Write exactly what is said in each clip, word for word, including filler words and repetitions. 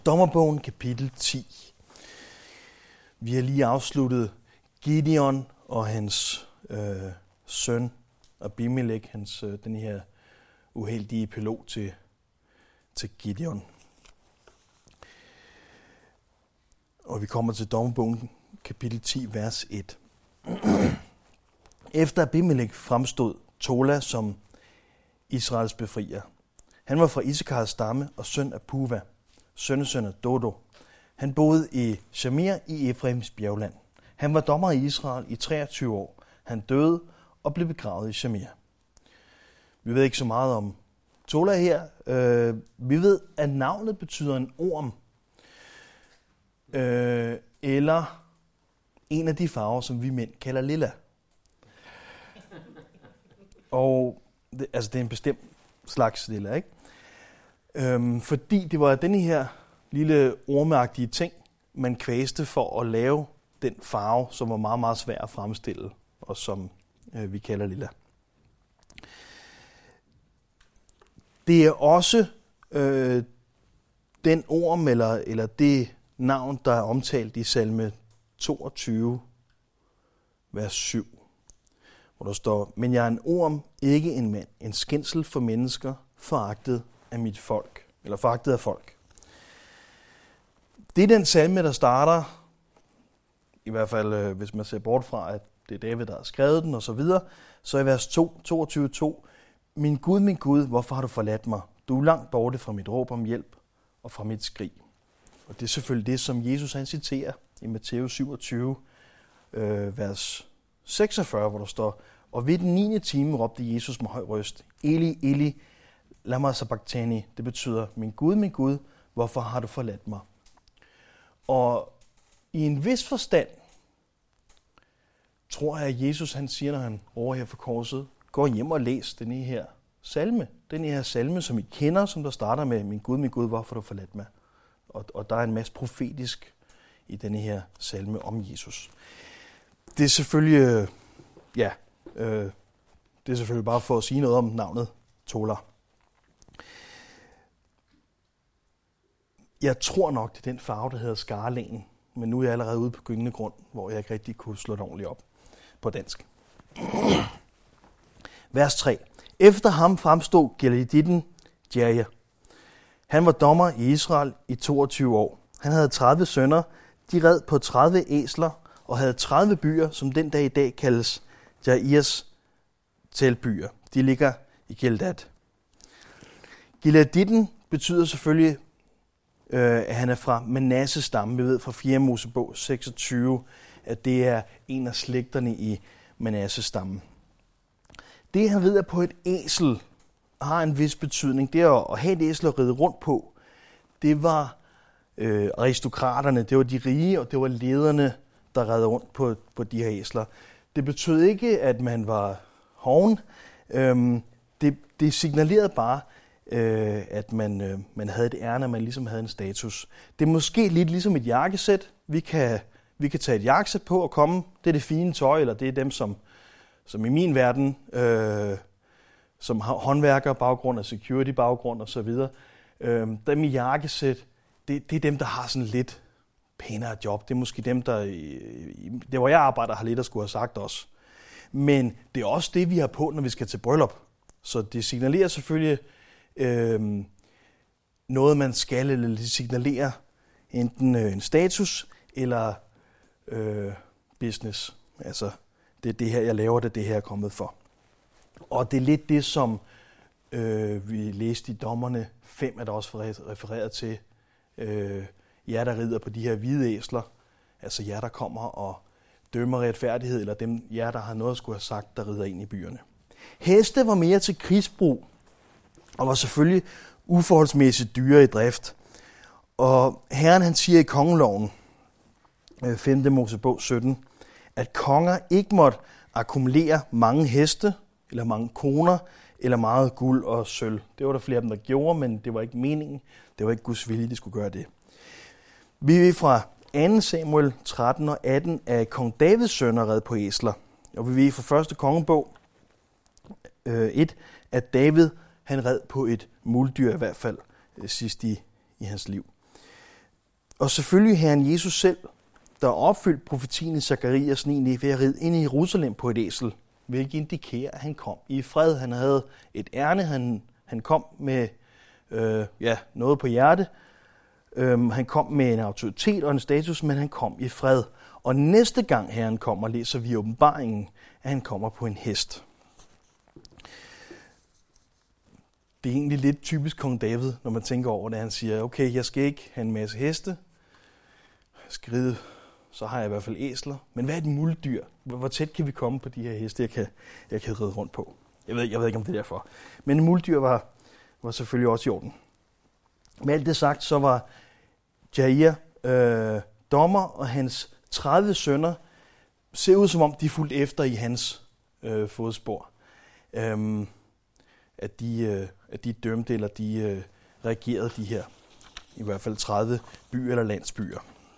Dommerbogen kapitel ti. Vi har lige afsluttet Gideon og hans øh, søn Abimelech, hans, øh, den her uheldige epilog til, til Gideon. Og vi kommer til Dommerbogen kapitel ti, vers et. Efter Abimelech fremstod Tola som Israels befrier. Han var fra Issachars stamme og søn af Puva, sønnesøn af Dodo. Han boede i Shamir i Efraims bjergland. Han var dommer i Israel i treogtyve år. Han døde og blev begravet i Shamir. Vi ved ikke så meget om Tola her. Øh, vi ved, at navnet betyder en orm. Øh, eller en af de farver, som vi mænd kalder lilla. Og det, altså det er en bestemt slags lilla, ikke? Øhm, fordi det var denne her lille ormeagtige ting, man kvæste for at lave den farve, som var meget, meget svær at fremstille, og som øh, vi kalder lilla. Det er også øh, den orm, eller, eller det navn, der er omtalt i salme toogtyve, vers syv, hvor der står: Men jeg er en orm, ikke en mand, en skændsel for mennesker, foragtet af mit folk, eller foragtet af folk. Det er den salme, der starter, i hvert fald øh, hvis man ser bort fra, at det er David, der har skrevet den, og så videre, så i vers to, toogtyve to, Min Gud, min Gud, hvorfor har du forladt mig? Du er langt borte fra mit råb om hjælp og fra mit skrig. Og det er selvfølgelig det, som Jesus han citerer i Matthæus syvogtyve, øh, vers seksogfyrre, hvor der står: Og ved den niende time råbte Jesus med høj røst: Eli, Eli, lama sabachthani. Det betyder: Min Gud, min Gud, hvorfor har du forladt mig? Og i en vis forstand tror jeg, at Jesus han siger, når han over her for korset, gå hjem og læs den her salme. Den her salme, som I kender, som der starter med: Min Gud, min Gud, hvorfor har du forladt mig? Og, og der er en masse profetisk i denne her salme om Jesus. Det er selvfølgelig, ja, øh, det er selvfølgelig bare for at sige noget om navnet Tola. Jeg tror nok, det er den farve, der hedder skarlagen, men nu er jeg allerede ude på gyngende grund, hvor jeg ikke rigtig kunne slå det ordentligt op på dansk. Vers tre. Efter ham fremstod Gileaditten Jair. Han var dommer i Israel i toogtyve år. Han havde tredive sønner. De red på tredive æsler og havde tredive byer, som den dag i dag kaldes Jairs teltbyer. De ligger i Gilead. Gileaditten betyder selvfølgelig, øh, at han er fra Manasses stamme. Vi ved fra fjerde Mosebog seksogtyve, at det er en af slægterne i Manasses stamme. Det han rider på et æsel har en vis betydning. Det at have et æsel at ride rundt på, det var øh, aristokraterne, det var de rige, og det var lederne, der red rundt på, på de her æsler. Det betød ikke, at man var hoven. Øhm, det, det signalerede bare, øh, at man, øh, man havde et ærne, man ligesom havde en status. Det er måske lidt ligesom et jakkesæt. Vi kan, vi kan tage et jakkesæt på og komme. Det er det fine tøj, eller det er dem, som, som i min verden, øh, som har håndværkerbaggrund og security-baggrund osv. Øh, dem i jakkesæt, det, det er dem, der har sådan lidt pænere job. Det er måske dem, der, det hvor jeg arbejder, har lidt at skulle have sagt også. Men det er også det, vi har på, når vi skal til bryllup. Så det signalerer selvfølgelig øh, noget, man skal, eller det signalerer enten øh, en status eller øh, business. Altså, det er det her, jeg laver, det er det her, jeg er kommet for. Og det er lidt det, som øh, vi læste i Dommerne fem, er der også refereret til. Øh, jer, der rider på de her hvide æsler, altså jer, der kommer og dømmer retfærdighed, eller dem, jer, der har noget at skulle have sagt, der rider ind i byerne. Heste var mere til krigsbrug, og var selvfølgelig uforholdsmæssigt dyre i drift. Og Herren han siger i kongeloven, femte Mosebog sytten, at konger ikke måtte akkumulere mange heste, eller mange koner, eller meget guld og sølv. Det var der flere af dem, der gjorde, men det var ikke meningen. Det var ikke Guds vilje, de skulle gøre det. Vi ved fra anden Samuel tretten og atten, at kong Davids sønner red på æsler. Og vi ved fra første kongebog et, at David han red på et muldyr i hvert fald sidst i, i hans liv. Og selvfølgelig Herren Jesus selv, der har opfyldt profetien i Zakarias ni ved at ride ind i Jerusalem på et æsel, hvilket indikerer, at han kom i fred. Han havde et ærne, han, han kom med øh, ja, noget på hjerte. Øhm, han kom med en autoritet og en status, men han kom i fred. Og næste gang Herren kommer, læser vi i åbenbaringen, at han kommer på en hest. Det er egentlig lidt typisk kong David, når man tænker over det. Han siger, okay, jeg skal ikke have en masse heste. Jeg skal ride, så har jeg i hvert fald æsler. Men hvad er et muldyr? Hvor tæt kan vi komme på de her heste, jeg kan, jeg kan ride rundt på? Jeg ved, jeg ved ikke, om det er derfor. Men en muldyr var, var selvfølgelig også i orden. Med alt det sagt, så var Jair øh, dommer, og hans tredive sønner ser ud som om, de fulgte efter i hans øh, fodspor. Øhm, at, de, øh, at de dømte, eller de øh, regerede de her, i hvert fald tredive byer eller landsbyer.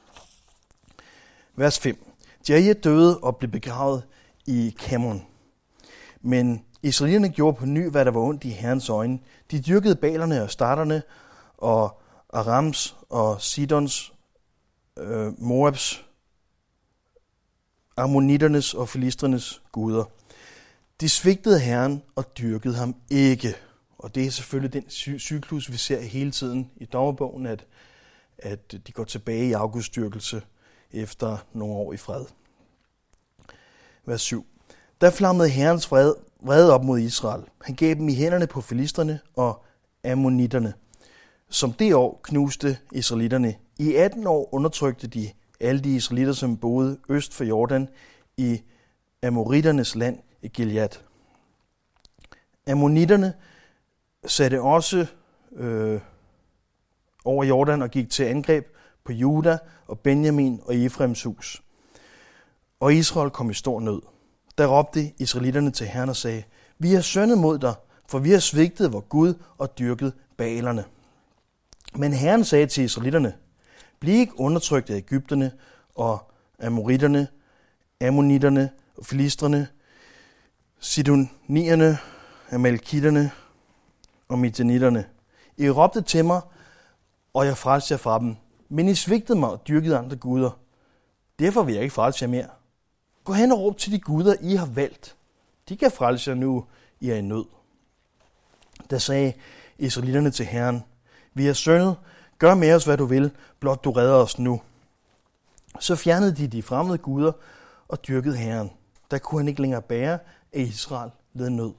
Vers fem. Jair døde og blev begravet i Kamron. Men israelitterne gjorde på ny, hvad der var ondt i Herrens øjne. De dyrkede balerne og starterne, og Arams og Sidons, øh, Moabs, ammonitternes og filistrenes guder. De svigtede Herren og dyrkede ham ikke. Og det er selvfølgelig den cy- cyklus, vi ser hele tiden i dommerbogen, at, at de går tilbage i afgudstyrkelse efter nogle år i fred. Vers syv. Der flammede Herrens vrede, vrede op mod Israel. Han gav dem i hænderne på filisterne og ammonitterne, som det år knuste israelitterne. I atten år undertrykte de alle de israelitter, som boede øst for Jordan i amoritternes land i Gilead. Ammonitterne satte også øh, over Jordan og gik til angreb på Juda og Benjamin og Efraims hus. Og Israel kom i stor nød. Der råbte israelitterne til Herren og sagde, vi har syndet mod dig, for vi har svigtet vor Gud og dyrket balerne. Men Herren sagde til israelitterne, bliv ikke undertrykt af egypterne og amoritterne, ammonitterne og filistrene, sidonierne, amalekitterne og midjanitterne. I råbte til mig, og jeg frelste jer fra dem. Men I svigtede mig og dyrkede andre guder. Derfor vil jeg ikke frelse jer mere. Gå hen og råb til de guder, I har valgt. De kan frelse jer nu, I er i nød. Der sagde israelitterne til Herren, vi har syndet, gør med os, hvad du vil, blot du redder os nu. Så fjernede de de fremmede guder og dyrkede Herren. Der kunne han ikke længere bære, at Israel led nød.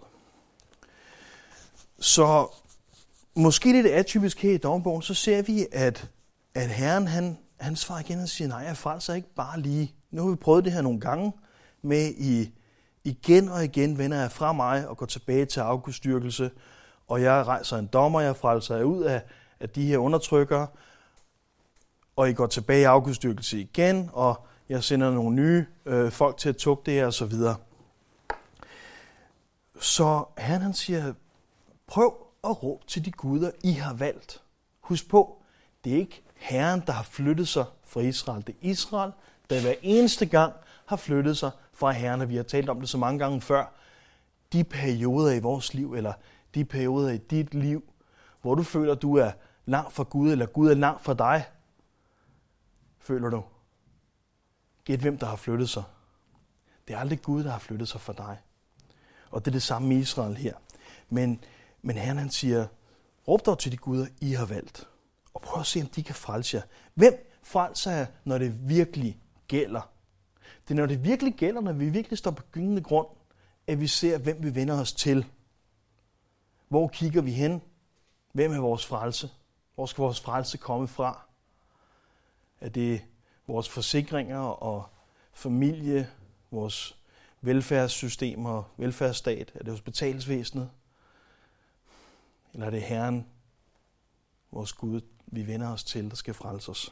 Så måske lidt atypisk her i dommerbogen, så ser vi, at, at Herren han, han svarer igen og siger, nej, jeg frelser ikke bare lige. Nu har vi prøvet det her nogle gange med i igen og igen vender jeg fra mig og går tilbage til afgudstyrkelse, og jeg rejser en dommer, jeg frelser jer ud af, af de her undertrykkere, og I går tilbage i afgudstyrkelse igen, og jeg sender nogle nye øh, folk til at tugte det her, og så videre. Så Herren han siger, prøv at råbe til de guder, I har valgt. Husk på, det er ikke Herren, der har flyttet sig fra Israel. Det er Israel, der hver eneste gang har flyttet sig fra Herren, og vi har talt om det så mange gange før. De perioder i vores liv, eller de perioder i dit liv, hvor du føler, du er langt fra Gud, eller Gud er langt fra dig, føler du. Gæt hvem, der har flyttet sig. Det er aldrig Gud, der har flyttet sig fra dig. Og det er det samme med Israel her. Men, men Herren han siger, råb dog til de guder, I har valgt. Og prøv at se, om de kan frelse jer. Hvem frelser jer, når det virkelig gælder? Det er, når det virkelig gælder, når vi virkelig står på gyngende grund, at vi ser, hvem vi vender os til. Hvor kigger vi hen? Hvem er vores frelse? Hvor skal vores frelse komme fra? Er det vores forsikringer og familie, vores velfærdssystemer, velfærdsstat? Er det hospitalsvæsenet? Eller er det Herren, vores Gud, vi vender os til, der skal frelse os?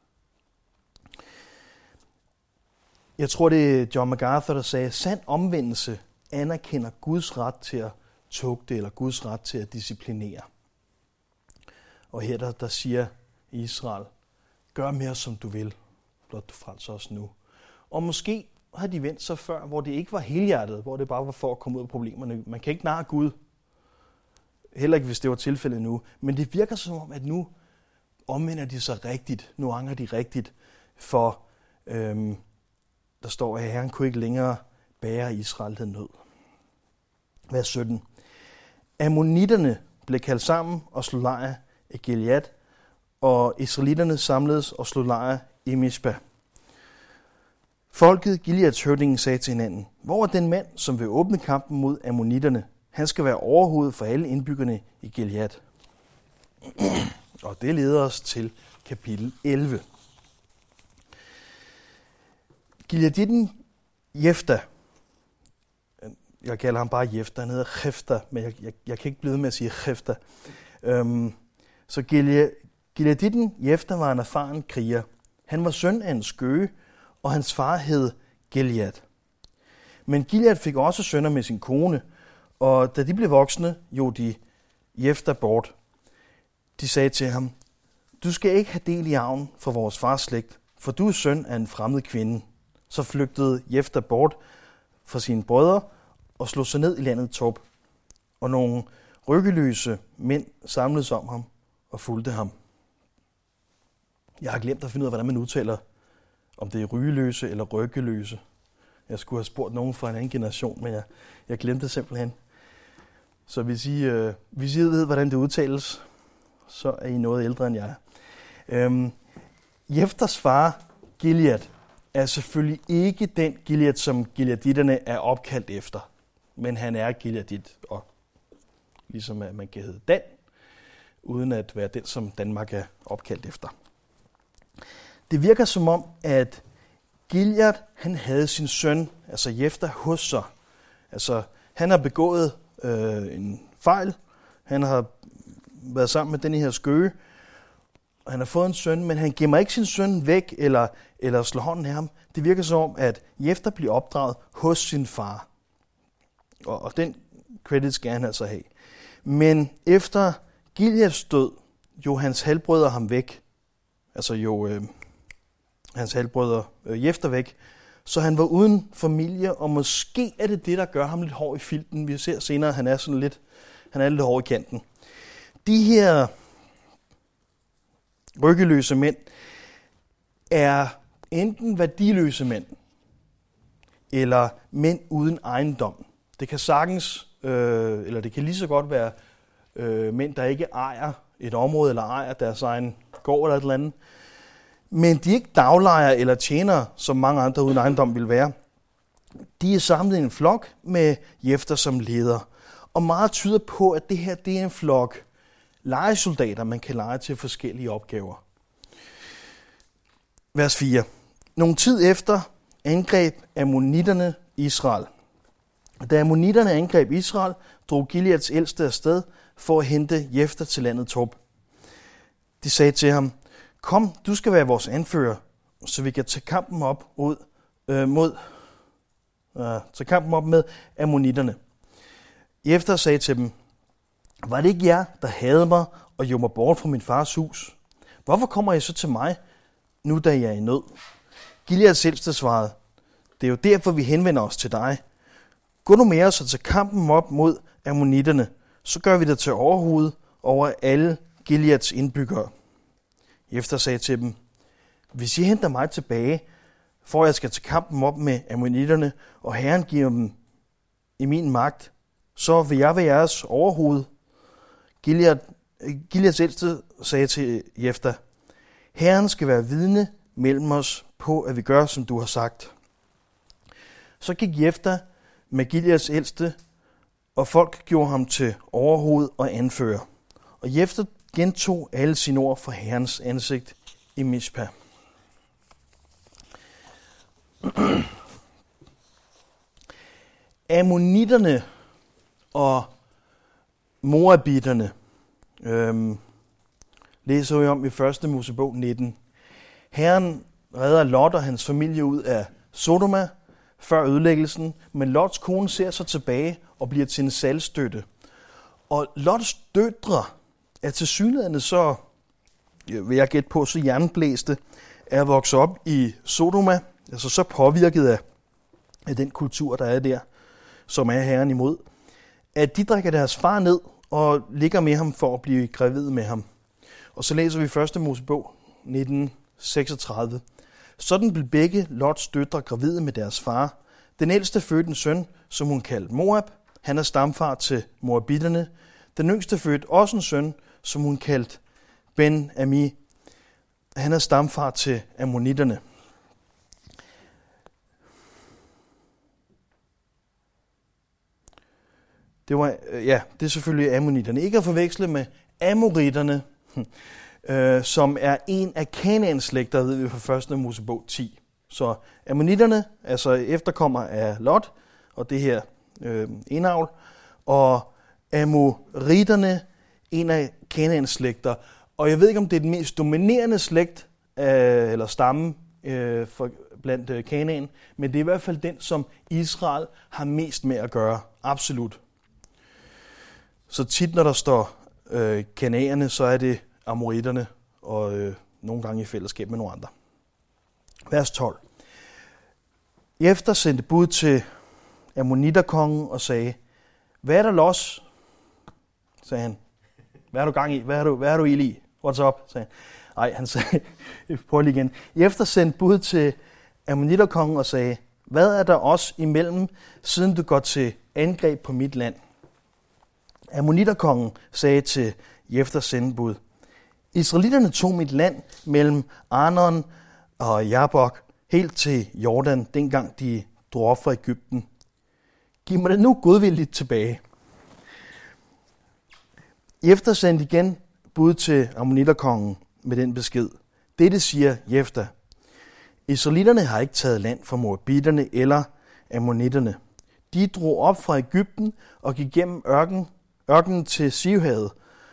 Jeg tror, det er John MacArthur, der sagde, sand omvendelse anerkender Guds ret til at tugte, eller Guds ret til at disciplinere. Og her der, der siger Israel, gør mere som du vil, blot du frelser os nu. Og måske har de vendt sig før, hvor det ikke var helhjertet, hvor det bare var for at komme ud af problemerne. Man kan ikke narre Gud, heller ikke hvis det var tilfældet nu. Men det virker som om, at nu, omvender de sig rigtigt. Nu angrer de rigtigt, for øhm, der står, at Herren kunne ikke længere bære Israel den nød. Vers sytten. Ammonitterne blev kaldt sammen og slog lejr i Gilead, og israelitterne samledes og slog lejr i Mispa. Folket, Gileads høvdingen, sagde til hinanden, hvor er den mand, som vil åbne kampen mod ammonitterne? Han skal være overhovedet for alle indbyggerne i Gilead. Og det leder os til kapitel elleve. Gileaditten Jefta, jeg kalder ham bare Jefta, han hedder Jefta, men jeg, jeg, jeg kan ikke blive ved med at sige Jefta. Um, så Gileaditten Jefta var en erfaren kriger. Han var søn af en skøge, og hans far hed Gilead. Men Gilead fik også sønner med sin kone, og da de blev voksne, jog de Jefta bort. De sagde til ham, du skal ikke have del i arven fra vores fars slægt, for du er søn af en fremmed kvinde. Så flygtede Jefta bort fra sine brødre og slog sig ned i landet Tob. Og nogle ryggeløse mænd samledes om ham og fulgte ham. Jeg har glemt at finde ud af, hvordan man udtaler, om det er rygeløse eller ryggeløse. Jeg skulle have spurgt nogen fra en anden generation, men jeg, jeg glemte det simpelthen. Så hvis I, øh, hvis I ved, hvordan det udtales, så er I noget ældre end jeg. Øhm, Jeftas far, Gilead, er selvfølgelig ikke den Gilead, som gileaditterne er opkaldt efter. Men han er gileadit, og ligesom at man kan hedde Dan, uden at være den, som Danmark er opkaldt efter. Det virker som om, at Gilead, han havde sin søn, altså Jefta, hos sig. Altså, han har begået øh, en fejl. Han har været sammen med den her skøge. Og han har fået en søn, men han gemmer ikke sin søn væk, eller, eller slår hånden af ham. Det virker som om, at Jefta bliver opdraget hos sin far. Og, og den credit skal han altså have. Men efter Gileads død, jo hans halvbrødre ham væk. Altså jo øh, hans halvbrødre øh, Jefta væk. Så han var uden familie, og måske er det det, der gør ham lidt hård i filten. Vi ser senere, at han er sådan lidt, han er lidt hård i kanten. De her ryggeløse mænd er enten værdiløse mænd, eller mænd uden ejendom. Det kan sagtens, øh, eller det kan lige så godt være øh, mænd, der ikke ejer et område, eller ejer deres egen gård eller et eller andet. Men de er ikke daglejere eller tjenere, som mange andre uden ejendom vil være. De er samlet i en flok med Jefta som leder. Og meget tyder på, at det her det er en flok lejesoldater, man kan leje til forskellige opgaver. Vers fire. Nogle tid efter angreb ammonitterne Israel. Da ammonitterne angreb Israel, drog Gileads ældste afsted for at hente Jefta til landet Tob. De sagde til ham, kom, du skal være vores anfører, så vi kan tage kampen op ud, øh, mod, øh, tage kampen op med ammonitterne. Jefta sagde til dem, var det ikke jer, der havde mig og jog mig bort fra min fars hus? Hvorfor kommer I så til mig, nu da jeg er i nød? Gileads ældste svarede, det er jo derfor, vi henvender os til dig. Gå nu med os og tage kampen op mod ammonitterne, så gør vi det til overhovedet over alle Gileads indbyggere. Jefta sagde til dem, hvis I henter mig tilbage, for jeg skal tage kampen op med ammonitterne, og Herren giver dem i min magt, så vil jeg være jeres overhoved. Gilead, Gileads ældste sagde til Jefta, Herren skal være vidne mellem os på, at vi gør, som du har sagt. Så gik Jefta med Gileads ældste, og folk gjorde ham til overhoved og anfører. Og Jefta gentog alle sine ord fra Herrens ansigt i Mispa. Ammonitterne og moabitterne øhm, læser vi om i første Mosebog nitten. Herren redder Lot og hans familie ud af Sodoma før ødelæggelsen, men Lots kone ser sig tilbage og bliver til en salgstøtte. Og Lots døtre er tilsyneladende så, vil jeg gætte på, så jernblæste, er vokset op i Sodoma, altså så påvirket af, af den kultur, der er der, som er Herren imod, at de drikker deres far ned og ligger med ham for at blive gravid med ham. Og så læser vi første Mosebog nitten seksogtredive. Sådan blev begge Lots døtre gravide med deres far. Den ældste fødte en søn, som hun kaldte Moab. Han er stamfar til moabitterne. Den yngste fødte også en søn, som hun kaldte Ben-Ami. Han er stamfar til ammonitterne. Det var, ja, det er selvfølgelig ammonitterne. Ikke at forveksle med amoritterne, øh, som er en af Kanaans slægter, ved vi fra første Mosebog ti. Så ammonitterne, altså efterkommer af Lot, og det her øh, enavl, og amoritterne, en af Kanaans slægter. Og jeg ved ikke, om det er den mest dominerende slægt, øh, eller stamme øh, for, blandt øh, Kanaan, men det er i hvert fald den, som Israel har mest med at gøre. Absolut. Så tit, når der står øh, kananerne, så er det amoritterne, og øh, nogle gange i fællesskab med nogle andre. Vers tolv. Jefter sendte bud til ammonitterkongen og sagde, hvad er der los? Sagde han. Hvad er du gang i? Hvad er du, hvad er du ild i? What's up? Sagde han. Nej, han sagde, prøv lige igen. Jefter sendte bud til ammonitterkongen og sagde, hvad er der os imellem, siden du går til angreb på mit land? Ammonitterkongen sagde til Jefters sendebud, Israelitterne tog mit land mellem Arnon og Jabok helt til Jordan, dengang de drog op fra Egypten. Giv mig det nu godvilligt tilbage. Jefter sendte igen bud til ammonitterkongen med den besked. Dette siger Jefter. Israelitterne har ikke taget land fra moabitterne eller ammonitterne. De drog op fra Egypten og gik gennem ørken, ørkenen til Sivhavet.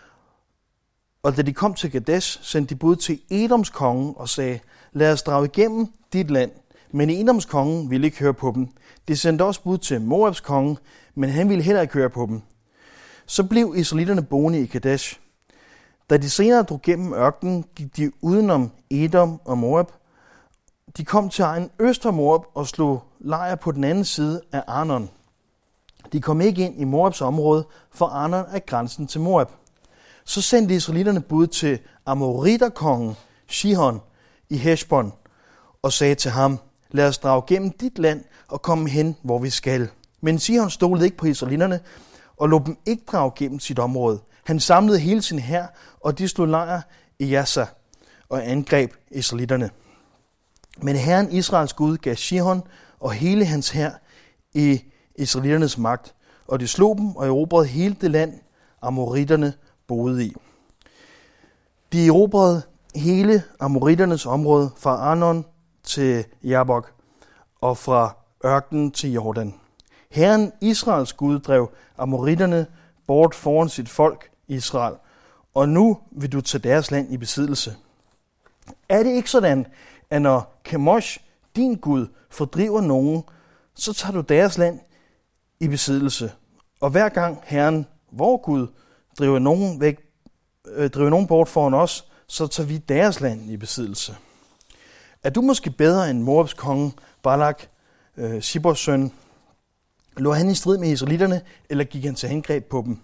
Og da de kom til Kadesh, sendte de bud til Edoms konge og sagde, lad os drage igennem dit land. Men Edoms konge ville ikke høre på dem. De sendte også bud til Moabs konge, men han ville heller ikke høre på dem. Så blev israelitterne boende i Kadesh. Da de senere drog gennem ørkenen, gik de udenom Edom og Moab. De kom til egen øst for Moab og slog lejr på den anden side af Arnon. De kom ikke ind i Moabs område, for Arnon er grænsen til Moab. Så sendte israelitterne bud til amoritterkongen Sihon i Heshbon og sagde til ham, lad os drage gennem dit land og komme hen, hvor vi skal. Men Sihon stolede ikke på israelitterne og lod dem ikke drage gennem sit område. Han samlede hele sin hær, og de slog lejr i Jassa og angreb israelitterne. Men Herren Israels Gud gav Sihon og hele hans hær i israelitternes magt, og de slog dem og erobrede hele det land, amoritterne boede i. De erobrede hele amoritternes område fra Arnon til Jabok og fra ørkenen til Jordan. Herren Israels Gud drev amoritterne bort foran sit folk Israel, og nu vil du tage deres land i besiddelse. Er det ikke sådan, at når Kemosh, din Gud, fordriver nogen, så tager du deres land i besiddelse? Og hver gang Herren, vor Gud, driver nogen, væk, øh, driver nogen bort foran os, så tager vi deres land i besiddelse. Er du måske bedre end Moabs konge, Balak, øh, Zippors søn? Lå han i strid med israelitterne, eller gik han til angreb på dem?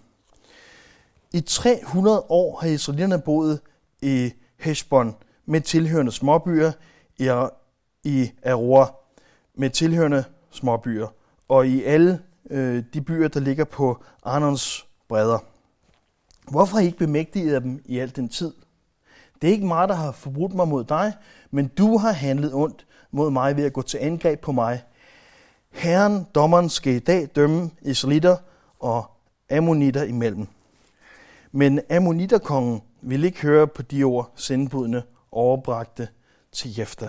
I tre hundrede år har israelitterne boet i Heshbon med tilhørende småbyer, i, i Aroer med tilhørende småbyer, og i alle øh, de byer, der ligger på Arnons bredder. Hvorfor har I ikke bemægtiget af dem i al den tid? Det er ikke mig, der har forbrudt mig mod dig, men du har handlet ondt mod mig ved at gå til angreb på mig. Herren, dommeren, skal i dag dømme israelitter og ammonitter imellem. Men ammonitterkongen ville ikke høre på de ord, sendebudene overbragte til Jefter.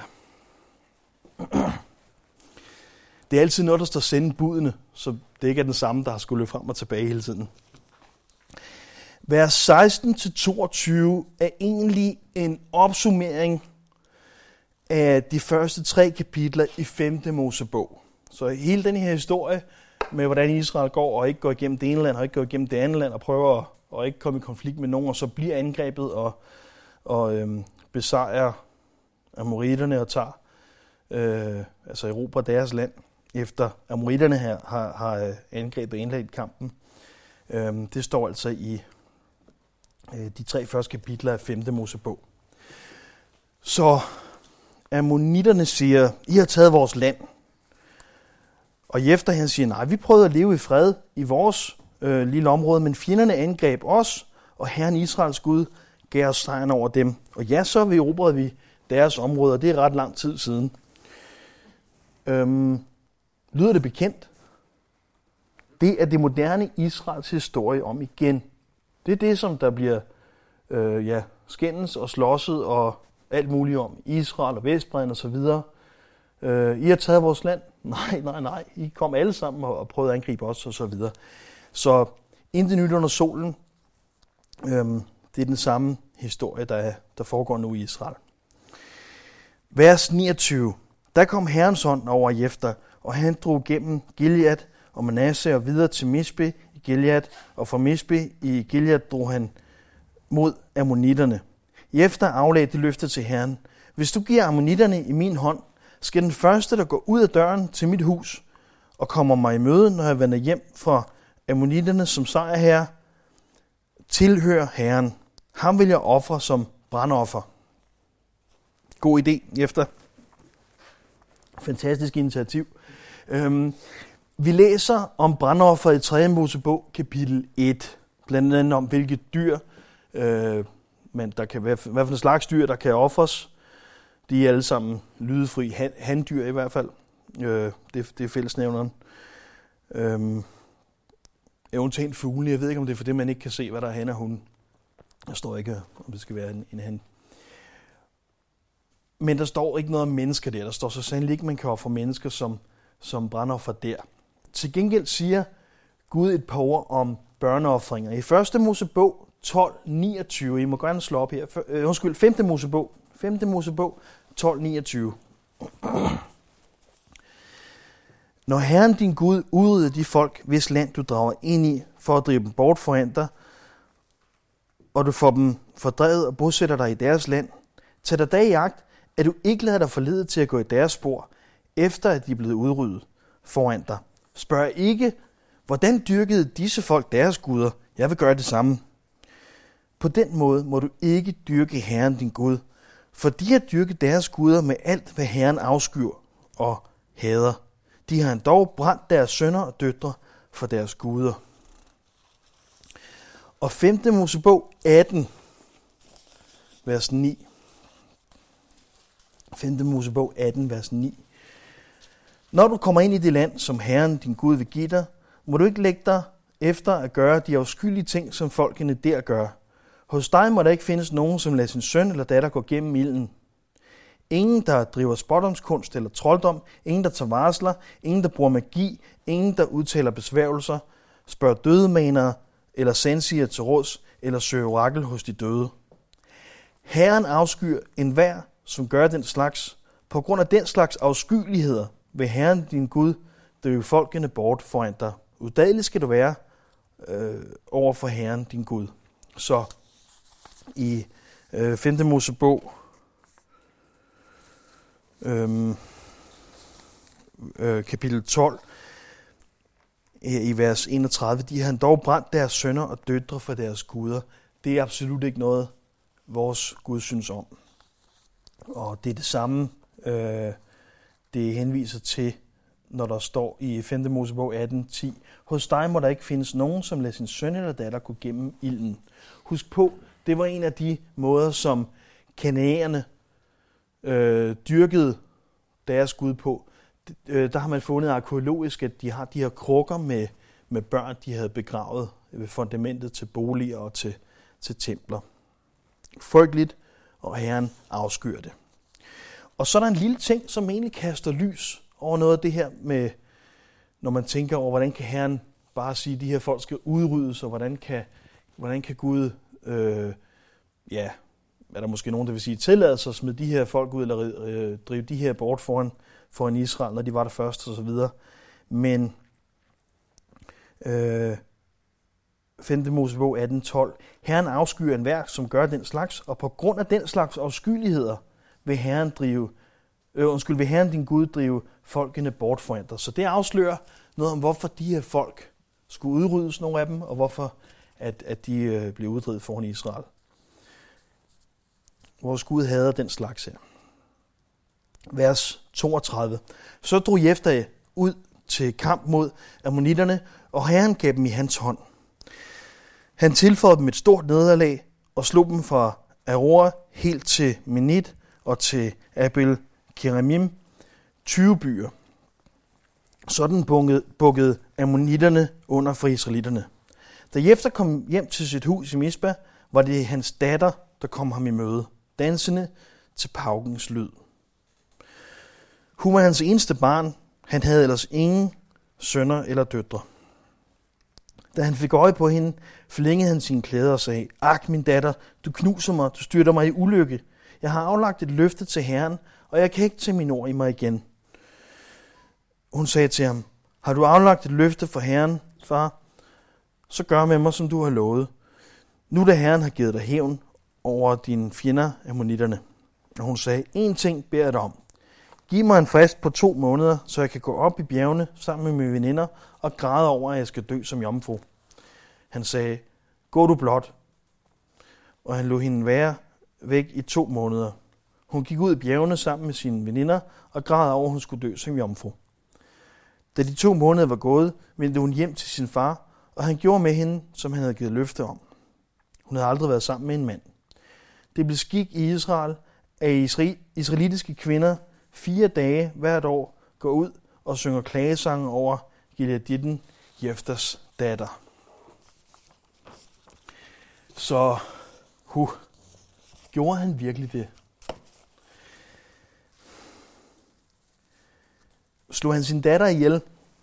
Det er altid noget, der står sendebudene, så det ikke er den samme, der har skulle løbe frem og tilbage hele tiden. Vers seksten til toogtyve er egentlig en opsummering af de første tre kapitler i femte Mosebog. Så hele den her historie med, hvordan Israel går og ikke går igennem det ene land og ikke går igennem det andet land og prøver at og ikke komme i konflikt med nogen, og så bliver angrebet og, og øhm, besejrer amoritterne og tager, øh, altså erobrer deres land, efter amoritterne her har, har angrebet og indledt kampen. Øhm, det står altså i, de tre første kapitler af femte Mosebog. Så ammonitterne siger, I har taget vores land. Og Jefter han siger, nej, vi prøvede at leve i fred i vores øh, lille område, men fjenderne angreb os, og Herren Israels Gud gav os sejren over dem. Og ja, så erobrede vi deres område, og det er ret lang tid siden. Øhm, lyder det bekendt? Det er det moderne Israels historie om igen. Det er det, som der bliver øh, ja, skændes og slåsset og alt muligt om. Israel og Vestbredden og så videre. Øh, I har taget vores land? Nej, nej, nej. I kom alle sammen og prøvede at angribe os og så videre. Så intet nyt under solen. Øhm, det er den samme historie, der, er, der foregår nu i Israel. Vers niogtyve. Der kom Herrens ånd over Jefter, og han drog gennem Gilead og Manasse og videre til Mispe i Gilead, og fra Mispe i Gilead drog han mod ammonitterne. Jefter aflagde det løfte til Herren. Hvis du giver ammonitterne i min hånd, skal den første, der går ud af døren til mit hus og kommer mig i møde, når jeg vender hjem fra ammonitterne som sejrherre, tilhører Herren. Ham vil jeg ofre som brandoffer. God idé, Jefter. Fantastisk initiativ. Øhm, vi læser om brandoffer i tredje Mosebog, kapitel et. Blandt andet om, hvilke dyr, øh, men der kan være, hvad for en slags dyr, der kan ofres. De er alle sammen lydefri han, handdyr i hvert fald. Øh, det, det er fællesnævneren. Øhm, Eventuelt fugle. Jeg ved ikke, om det er for det, man ikke kan se, hvad der er han og hun. Der står ikke, om det skal være en, en han. Men der står ikke noget om mennesker der. Der står så sandelig ikke, man kan ofre mennesker som, som brandoffer der. Til gengæld siger Gud et par ord om børneoffringer. I første Mosebog tolv niogtyve. I må gerne slå op her. For, øh, undskyld, femte Mosebog. femte Mosebog tolv niogtyve. Når Herren din Gud udrydder de folk, hvis land du drager ind i, for at drive dem bort foran dig, og du får dem fordrevet og bosætter dig i deres land, tag dig da i agt, at du ikke lader dig forlede til at gå i deres spor, efter at de er blevet udryddet foran dig. Spørg ikke, hvordan dyrkede disse folk deres guder? Jeg vil gøre det samme. På den måde må du ikke dyrke Herren din Gud, for de har dyrket deres guder med alt, hvad Herren afskyr og hader. De har dog brændt deres sønner og døtre for deres guder. Og femte Mosebog atten, vers ni. femte Mosebog atten, vers ni. Når du kommer ind i det land, som Herren din Gud vil give dig, må du ikke lægge dig efter at gøre de afskyelige ting, som folkene der gør. Hos dig må der ikke findes nogen, som lader sin søn eller datter gå gennem ilden. Ingen, der driver spådomskunst eller trolddom, ingen, der tager varsler, ingen, der bruger magi, ingen, der udtaler besværgelser, spørger dødemanere eller sandsiger til råds eller søger orakel hos de døde. Herren afskyr enhver, som gør den slags. På grund af den slags afskyeligheder vil Herren din Gud drive folkene bort foran dig. Udagelig skal du være øh, over for Herren din Gud. Så i øh, femte Mosebog øh, øh, kapitel tolv i vers enogtredive, de har dog brændt deres sønner og døtre for deres guder. Det er absolut ikke noget, vores Gud synes om. Og det er det samme, øh, det henviser til, når der står i femte Mosebog atten ti. Hos dig må der ikke findes nogen, som lader sin søn eller datter gå gennem ilden. Husk på, det var en af de måder, som kananæerne øh, dyrkede deres Gud på. Øh, der har man fundet arkæologisk, at de har de her krukker med, med børn, de havde begravet ved fundamentet til boliger og til, til templer. Frygteligt, og Herren afskyr det. Og så er der en lille ting, som egentlig kaster lys over noget af det her med, når man tænker over, hvordan kan Herren bare sige, at de her folk skal udryddes, og hvordan kan, hvordan kan Gud, øh, ja, er der måske nogen, der vil sige, tillade sig at smide de her folk ud, eller øh, drive de her bort foran, foran Israel, når de var der først, og så videre. Men øh, femte Mosebog atten tolv. Herren afskyer enhver, som gør den slags, og på grund af den slags afskyeligheder vil Herren drive, øh, undskyld, vil Herren din Gud drive folkene bort foran dig. Så det afslører noget om, hvorfor de her folk skulle udryddes, nogle af dem, og hvorfor at, at de øh, blev uddrevet foran Israel. Vores Gud hader den slags her. Vers toogtredive. Så drog Jefta ud til kamp mod ammonitterne, og Herren gav dem i hans hånd. Han tilføjede dem et stort nederlag og slog dem fra Aroer helt til Menit og til Abel Keramim, tyve byer. Sådan bukkede ammonitterne under for israelitterne. Da Jefta kom hjem til sit hus i Mispa, var det hans datter, der kom ham i møde, dansende til paugens lyd. Hun var hans eneste barn. Han havde ellers ingen sønner eller døtre. Da han fik øje på hende, forlængede han sine klæder og sagde, ak, min datter, du knuser mig, du styrter mig i ulykke. Jeg har aflagt et løfte til Herren, og jeg kan ikke tage min ord i mig igen. Hun sagde til ham, har du aflagt et løfte for Herren, far? Så gør med mig, som du har lovet. Nu da Herren har givet dig hævn over dine fjender, ammonitterne. Og hun sagde, en ting beder jeg dig om. Giv mig en frist på to måneder, så jeg kan gå op i bjergene sammen med mine veninder og græde over, at jeg skal dø som jomfru. Han sagde, gå du blot. Og han lod hende være væk i to måneder. Hun gik ud i bjergene sammen med sine veninder og græd over, at hun skulle dø som jomfru. Da de to måneder var gået, vendte hun hjem til sin far, og han gjorde med hende, som han havde givet løfte om. Hun havde aldrig været sammen med en mand. Det blev skik i Israel, at israelitiske kvinder fire dage hvert år går ud og synger klagesange over Gileaditten, Jeftas datter. Så hu, gjorde han virkelig det? Slog han sin datter ihjel?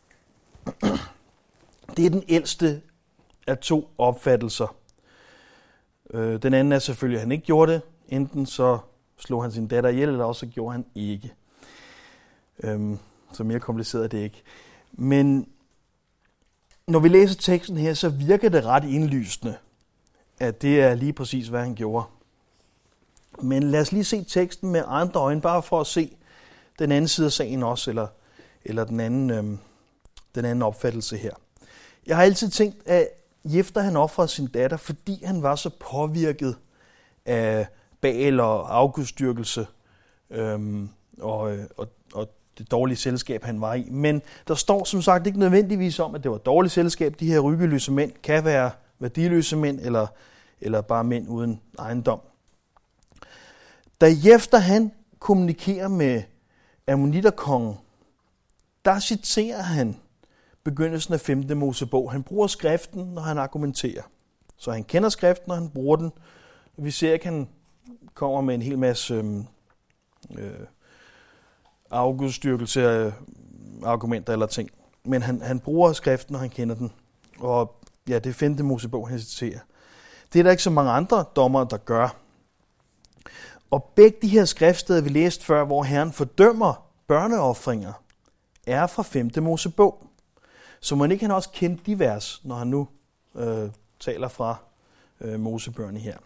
Det er den ældste af to opfattelser. Den anden er selvfølgelig, at han ikke gjorde det. Enten så slog han sin datter ihjel, eller også gjorde han ikke. Så mere kompliceret er det ikke. Men når vi læser teksten her, så virker det ret indlysende, at det er lige præcis, hvad han gjorde. Men lad os lige se teksten med andre øjne, bare for at se den anden side af sagen også, eller, eller den, anden, øhm, den anden opfattelse her. Jeg har altid tænkt, at Jefta han ofrede sin datter, fordi han var så påvirket af Baal og afgudstyrkelse øhm, og, og, og det dårlige selskab, han var i. Men der står som sagt ikke nødvendigvis om, at det var dårligt selskab. De her ryggeløse mænd kan være værdiløse mænd, eller, eller bare mænd uden ejendom. Da Jefta han kommunikerer med ammonitterkongen, der citerer han begyndelsen af femte Mosebog. Han bruger skriften, når han argumenterer. Så han kender skriften, når han bruger den. Vi ser ikke, at han kommer med en hel masse øh, afgudstyrkelse af argumenter eller ting. Men han, han bruger skriften, når han kender den. Og ja, det er femte Mosebog, han citerer. Det er der ikke så mange andre dommere, der gør. Og begge de her skriftsteder, vi læste før, hvor Herren fordømmer børneofringer, er fra femte Mosebog. Så må ikke han også kende de vers, når han nu øh, taler fra øh, Mosebøgerne her.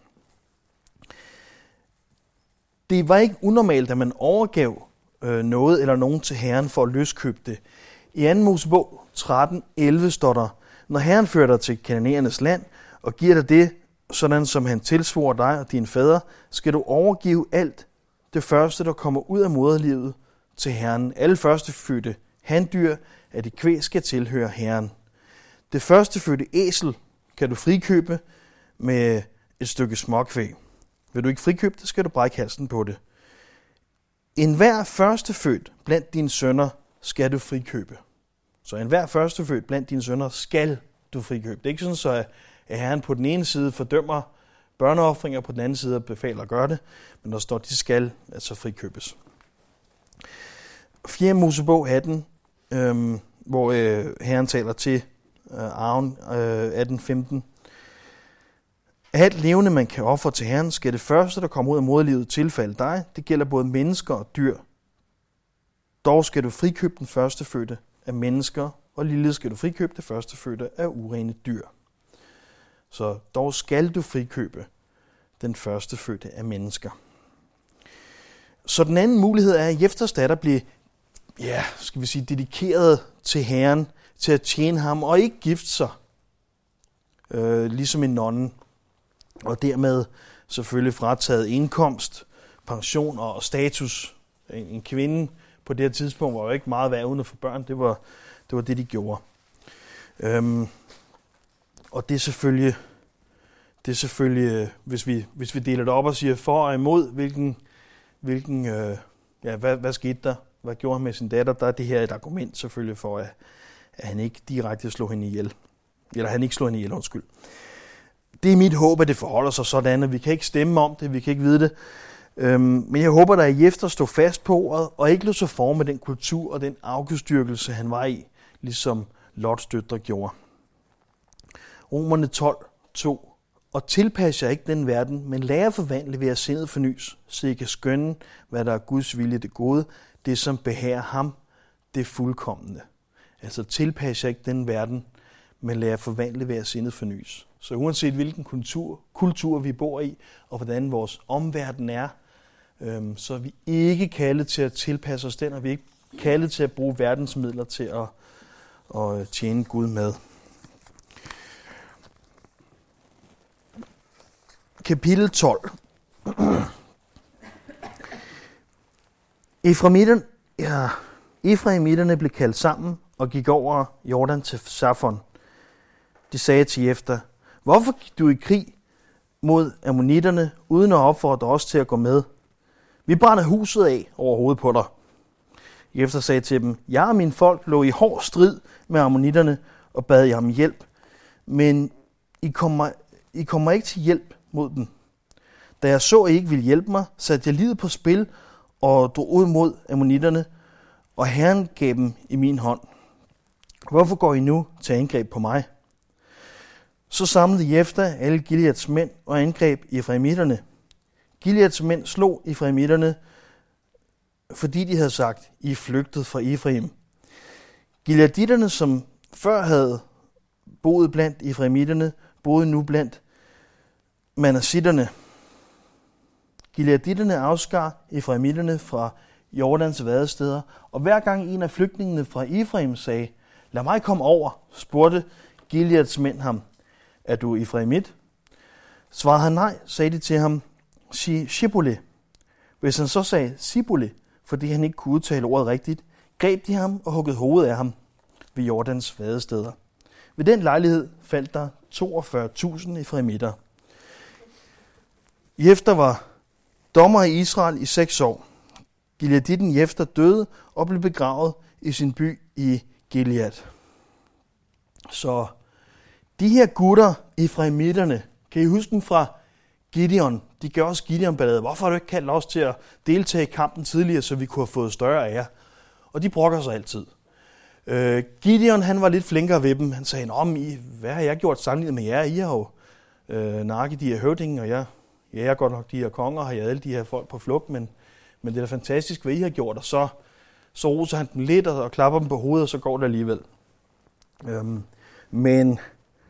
Det var ikke unormalt, at man overgav øh, noget eller nogen til Herren for at løskøbe det. I anden Mosebog tretten elleve står der, når Herren fører dig til kananæernes land og giver dig det, sådan som han tilsvorer dig og din fader, skal du overgive alt det første, der kommer ud af moderlivet til Herren. Alle førstefødte handyr af det kvæg skal tilhøre Herren. Det førstefødte æsel kan du frikøbe med et stykke småkvæg. Vil du ikke frikøbe det, skal du brække halsen på det. En hver førstefødt blandt dine sønner skal du frikøbe. Så en hver førstefødt blandt dine sønner skal du frikøbe. Det er ikke sådan, så at Herren på den ene side fordømmer børneofringer, på den anden side befaler at gøre det, men der står, at de skal altså frikøbes. fjerde Mosebog atten, øhm, hvor øh, Herren taler til øh, Aaron øh, atten femten. Alt levende, man kan ofre til Herren, skal det første, der kommer ud af moderlivet, tilfalde dig. Det gælder både mennesker og dyr. Dog skal du frikøbe den førstefødte af mennesker, og lille skal du frikøbe det førstefødte af urene dyr. Så dog skal du frikøbe den førstefødte af mennesker. Så den anden mulighed er, at Jeftas datter bliver, ja, skal vi sige, dedikeret til Herren, til at tjene ham og ikke gifte sig. øh, ligesom en nonne, og dermed selvfølgelig frataget indkomst, pension og status. En, en kvinde på det her tidspunkt var jo ikke meget værd uden at få børn. Det var det, var det de gjorde. Øhm, og det er selvfølgelig, det er selvfølgelig hvis, vi, hvis vi deler det op og siger for og imod, hvilken, hvilken øh, ja, hvad, hvad skete der? Hvad gjorde han med sin datter? Der er det her et argument selvfølgelig for, at, at han ikke direkte slog hende ihjel. Eller han ikke slog hende ihjel, undskyld. Det er mit håb, at det forholder sig sådan, at vi kan ikke stemme om det, vi kan ikke vide det. Øhm, men jeg håber, at Jefter stod fast på ordet, og ikke lod sig forme den kultur og den afgudstyrkelse, han var i, ligesom Lots døtre gjorde. Romerne tolv, to. Og tilpas jer ikke den verden, men lær at forvandle ved at sindet fornys, så I kan skønne, hvad der er Guds vilje det gode, det som behager ham, det fuldkommende. Altså tilpas jer ikke den verden, men lær at forvandle ved at sindet fornys. Så uanset hvilken kultur, kultur vi bor i, og hvordan vores omverden er, øhm, så er vi ikke kaldet til at tilpasse os den, og vi er ikke kaldet til at bruge verdensmidler til at, at tjene Gud med. Kapitel tolv. Efraimitterne, ja, Efraimitterne blev kaldt sammen og gik over Jordan til Safon. De sagde til Jefter, hvorfor gik du i krig mod ammonitterne, uden at opfordre os til at gå med? Vi brænder huset af over hovedet på dig. Jefter sagde til dem, jeg og mine folk lå i hård strid med ammonitterne og bad jer om hjælp, men I kommer, I kommer ikke til hjælp mod dem. Da jeg så, at I ikke ville hjælpe mig, satte jeg livet på spil og drog ud mod ammonitterne, og Herren gav dem i min hånd. Hvorfor går I nu til angreb på mig? Så samlede Jefter alle Gileads mænd og angreb Efraimitterne. Gileads mænd slog Efraimitterne, fordi de havde sagt, I er flygtet fra Efraim. Gileaditterne, som før havde boet blandt Efraimitterne, boede nu blandt Manassitterne. Gileaditterne afskar Efraimitterne fra Jordans vadesteder, og hver gang en af flygtningene fra Efraim sagde, lad mig komme over, spurgte Gileads mænd ham, er du Efraimit? Svarede han nej, sagde de til ham, sig Shibboleth. Hvis han så sagde Sibboleth, fordi han ikke kunne udtale ordet rigtigt, greb de ham og huggede hovedet af ham ved Jordans vadesteder. Ved den lejlighed faldt der toogfyrre tusind efraimitter. Jefter var dommer i Israel i seks år. Gileaditten Jefter døde og blev begravet i sin by i Gilead. Så de her gutter, efraimitterne, kan I huske dem fra Gideon? De gør også Gideon-balladet. Hvorfor har du ikke kaldt os til at deltage i kampen tidligere, så vi kunne have fået større ære? Og de brokker sig altid. Øh, Gideon, han var lidt flinkere ved dem. Han sagde, nå, men hvad har jeg gjort sammenlignet med jer? I har jo øh, nakket de her høvdinge, og jeg, ja, jeg er godt nok de her konger, har jeg alle de her folk på flugt, men, men det er da fantastisk, hvad I har gjort. Og så, så roser han dem lidt og, og klapper dem på hovedet, og så går det alligevel. Øhm, men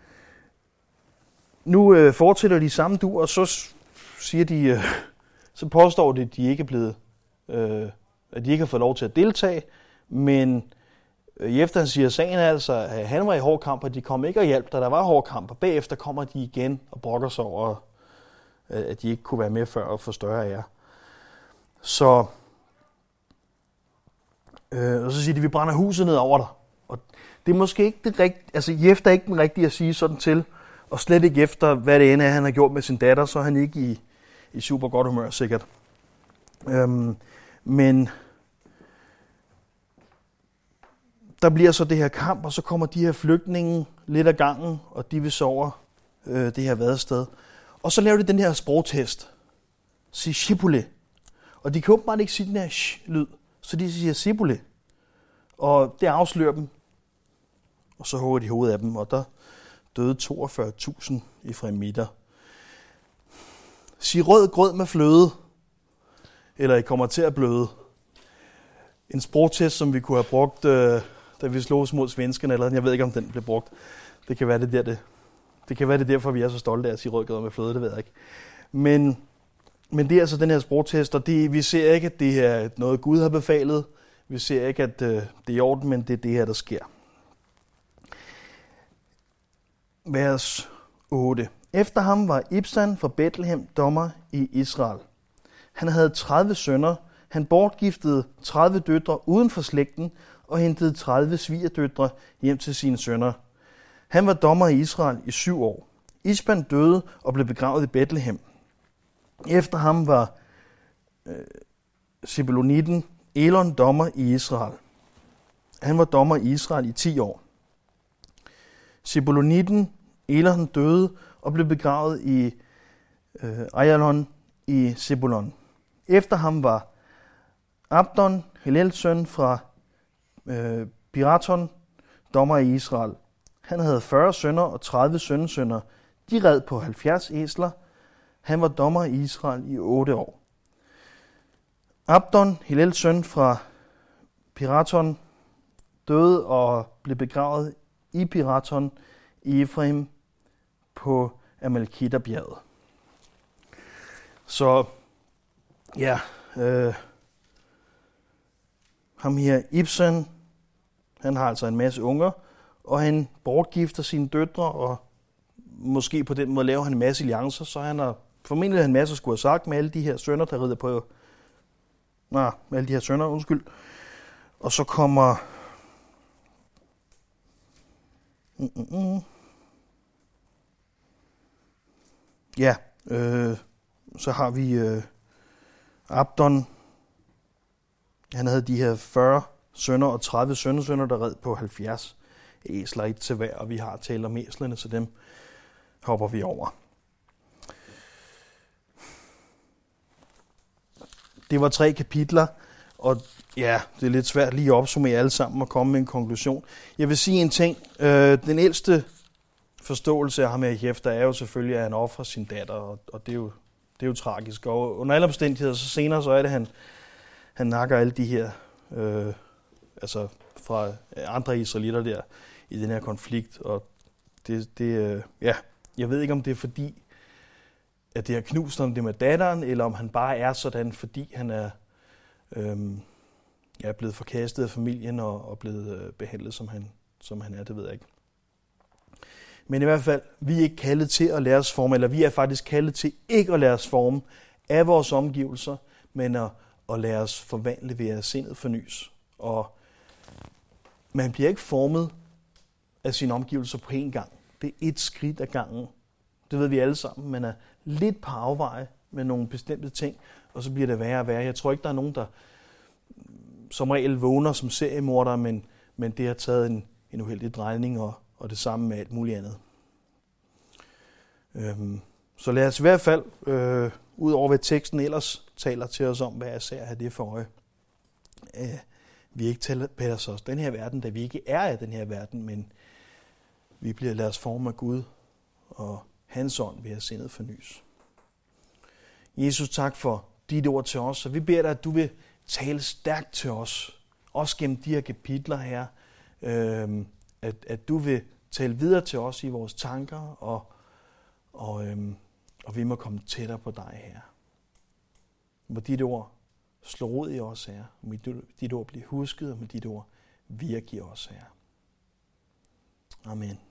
nu øh, fortsætter de samme dur, og så siger de, øh, så påstår de, at de ikke er blevet, øh, at de ikke har fået lov til at deltage, men øh, efter han siger sagen altså, at han var i hård kamp, og de kom ikke og hjalp, da der var hård kamp, og bagefter kommer de igen og brokker sig over, øh, at de ikke kunne være med før og få større ære. Så, øh, og så siger de, vi brænder huset ned over dig. Og det er måske ikke det rigtige, altså Jefter er ikke den rigtige at sige sådan til, og slet ikke efter, hvad det end er, han har gjort med sin datter, så er han ikke i, i super godt humør, sikkert. Øhm, men der bliver så det her kamp, og så kommer de her flygtninge lidt af gangen, og de vil så over øh, det her vadested. Og så laver de den her sprogtest. Sig Shibboleth. Og de kan åbenbart ikke sige den her sh-lyd, så de siger Shibboleth. Og det afslører dem. Og så hugger de hovedet af dem, og der døde toogfyrre tusind efraimitter. Sig rød grød med fløde, eller I kommer til at bløde. En sprogtest, som vi kunne have brugt, øh, da vi slog os mod svenskerne, eller jeg ved ikke, om den blev brugt. Det kan være det der, det, det kan være det derfor, vi er så stolte af at sige rød grød med fløde, det ved jeg ikke. Men, men det er altså den her sprogtest, og det, vi ser ikke, at det er noget, Gud har befalet. Vi ser ikke, at øh, det er i orden, men det er det her, der sker. Vers otte. Efter ham var Ibsan fra Bethlehem dommer i Israel. Han havde tredive sønner. Han bortgiftede tredive døtre uden for slægten og hentede tredive svigerdøtre hjem til sine sønner. Han var dommer i Israel i syv år. Ibsan døde og blev begravet i Bethlehem. Efter ham var øh, Zebulonitten Elon dommer i Israel. Han var dommer i Israel i ti år. Zebulonitten Elon døde og blev begravet i øh, Ayalon i Zebulon. Efter ham var Abdon, Hillels søn fra øh, Piraton, dommer i Israel. Han havde fyrre sønner og tredive sønnesønner. De red på halvfjerds æsler. Han var dommer i Israel i otte år. Abdon, Hillels søn fra Piraton, døde og blev begravet i Piraton i Efraim på Amalekiterbjerget. Så ja, øh, ham her Ibsan, han har altså en masse unger, og han bortgifter sine døtre, og måske på den måde laver han en masse alliancer, så han har formentlig en masse skulle have sagt med alle de her sønner, der rider på, nej, med alle de her sønner, undskyld. Og så kommer, mm, mm, mm. ja, øh, så har vi øh, Abdon. Han havde de her fyrre sønner og tredive sønnesønner, der red på halvfjerds æsler, et til hver, og vi har talt om æslerne, så dem hopper vi over. Det var tre kapitler, og ja, det er lidt svært lige at opsummere alle sammen og komme med en konklusion. Jeg vil sige en ting. Øh, den ældste forståelse af ham her i Jefter er jo selvfølgelig, at han offrer sin datter, og, og det, er jo, det er jo tragisk. Og under alle omstændigheder, så senere så er det, han, han nakker alle de her, øh, altså fra andre israelitter der i den her konflikt, og det, det øh, ja, jeg ved ikke, om det er fordi, at det har knust om det med datteren, eller om han bare er sådan, fordi han er øhm, ja, blevet forkastet af familien og, og blevet øh, behandlet, som han, som han er, det ved jeg ikke. Men i hvert fald, vi er ikke kaldet til at lade os forme, eller vi er faktisk kaldet til ikke at lade os forme af vores omgivelser, men at, at lade os forvandle ved at sindet fornys. Og man bliver ikke formet af sine omgivelser på én gang. Det er et skridt ad gangen. Det ved vi alle sammen. Man er lidt på afveje med nogle bestemte ting, og så bliver det værre og værre. Jeg tror ikke, der er nogen, der som regel vågner som seriemorder, men, men det har taget en, en uheldig drejning, og, og det samme med alt muligt andet. Øhm, så lad os i hvert fald, øh, ud over hvad teksten ellers taler til os om, hvad jeg ser have det for øje. Øh, vi ikke tilpasser os den her verden, da vi ikke er af den her verden, men vi bliver ladet os forme af Gud og hans ånd ved at sindet fornys. Jesus, tak for dit ord til os, og vi beder dig, at du vil tale stærkt til os, også gennem de her kapitler her, øhm, at, at du vil tale videre til os i vores tanker, og, og, øhm, og vi må komme tættere på dig her. Må dit ord slå rod i os her, må dit ord blive husket, og må dit ord virke i os her. Amen.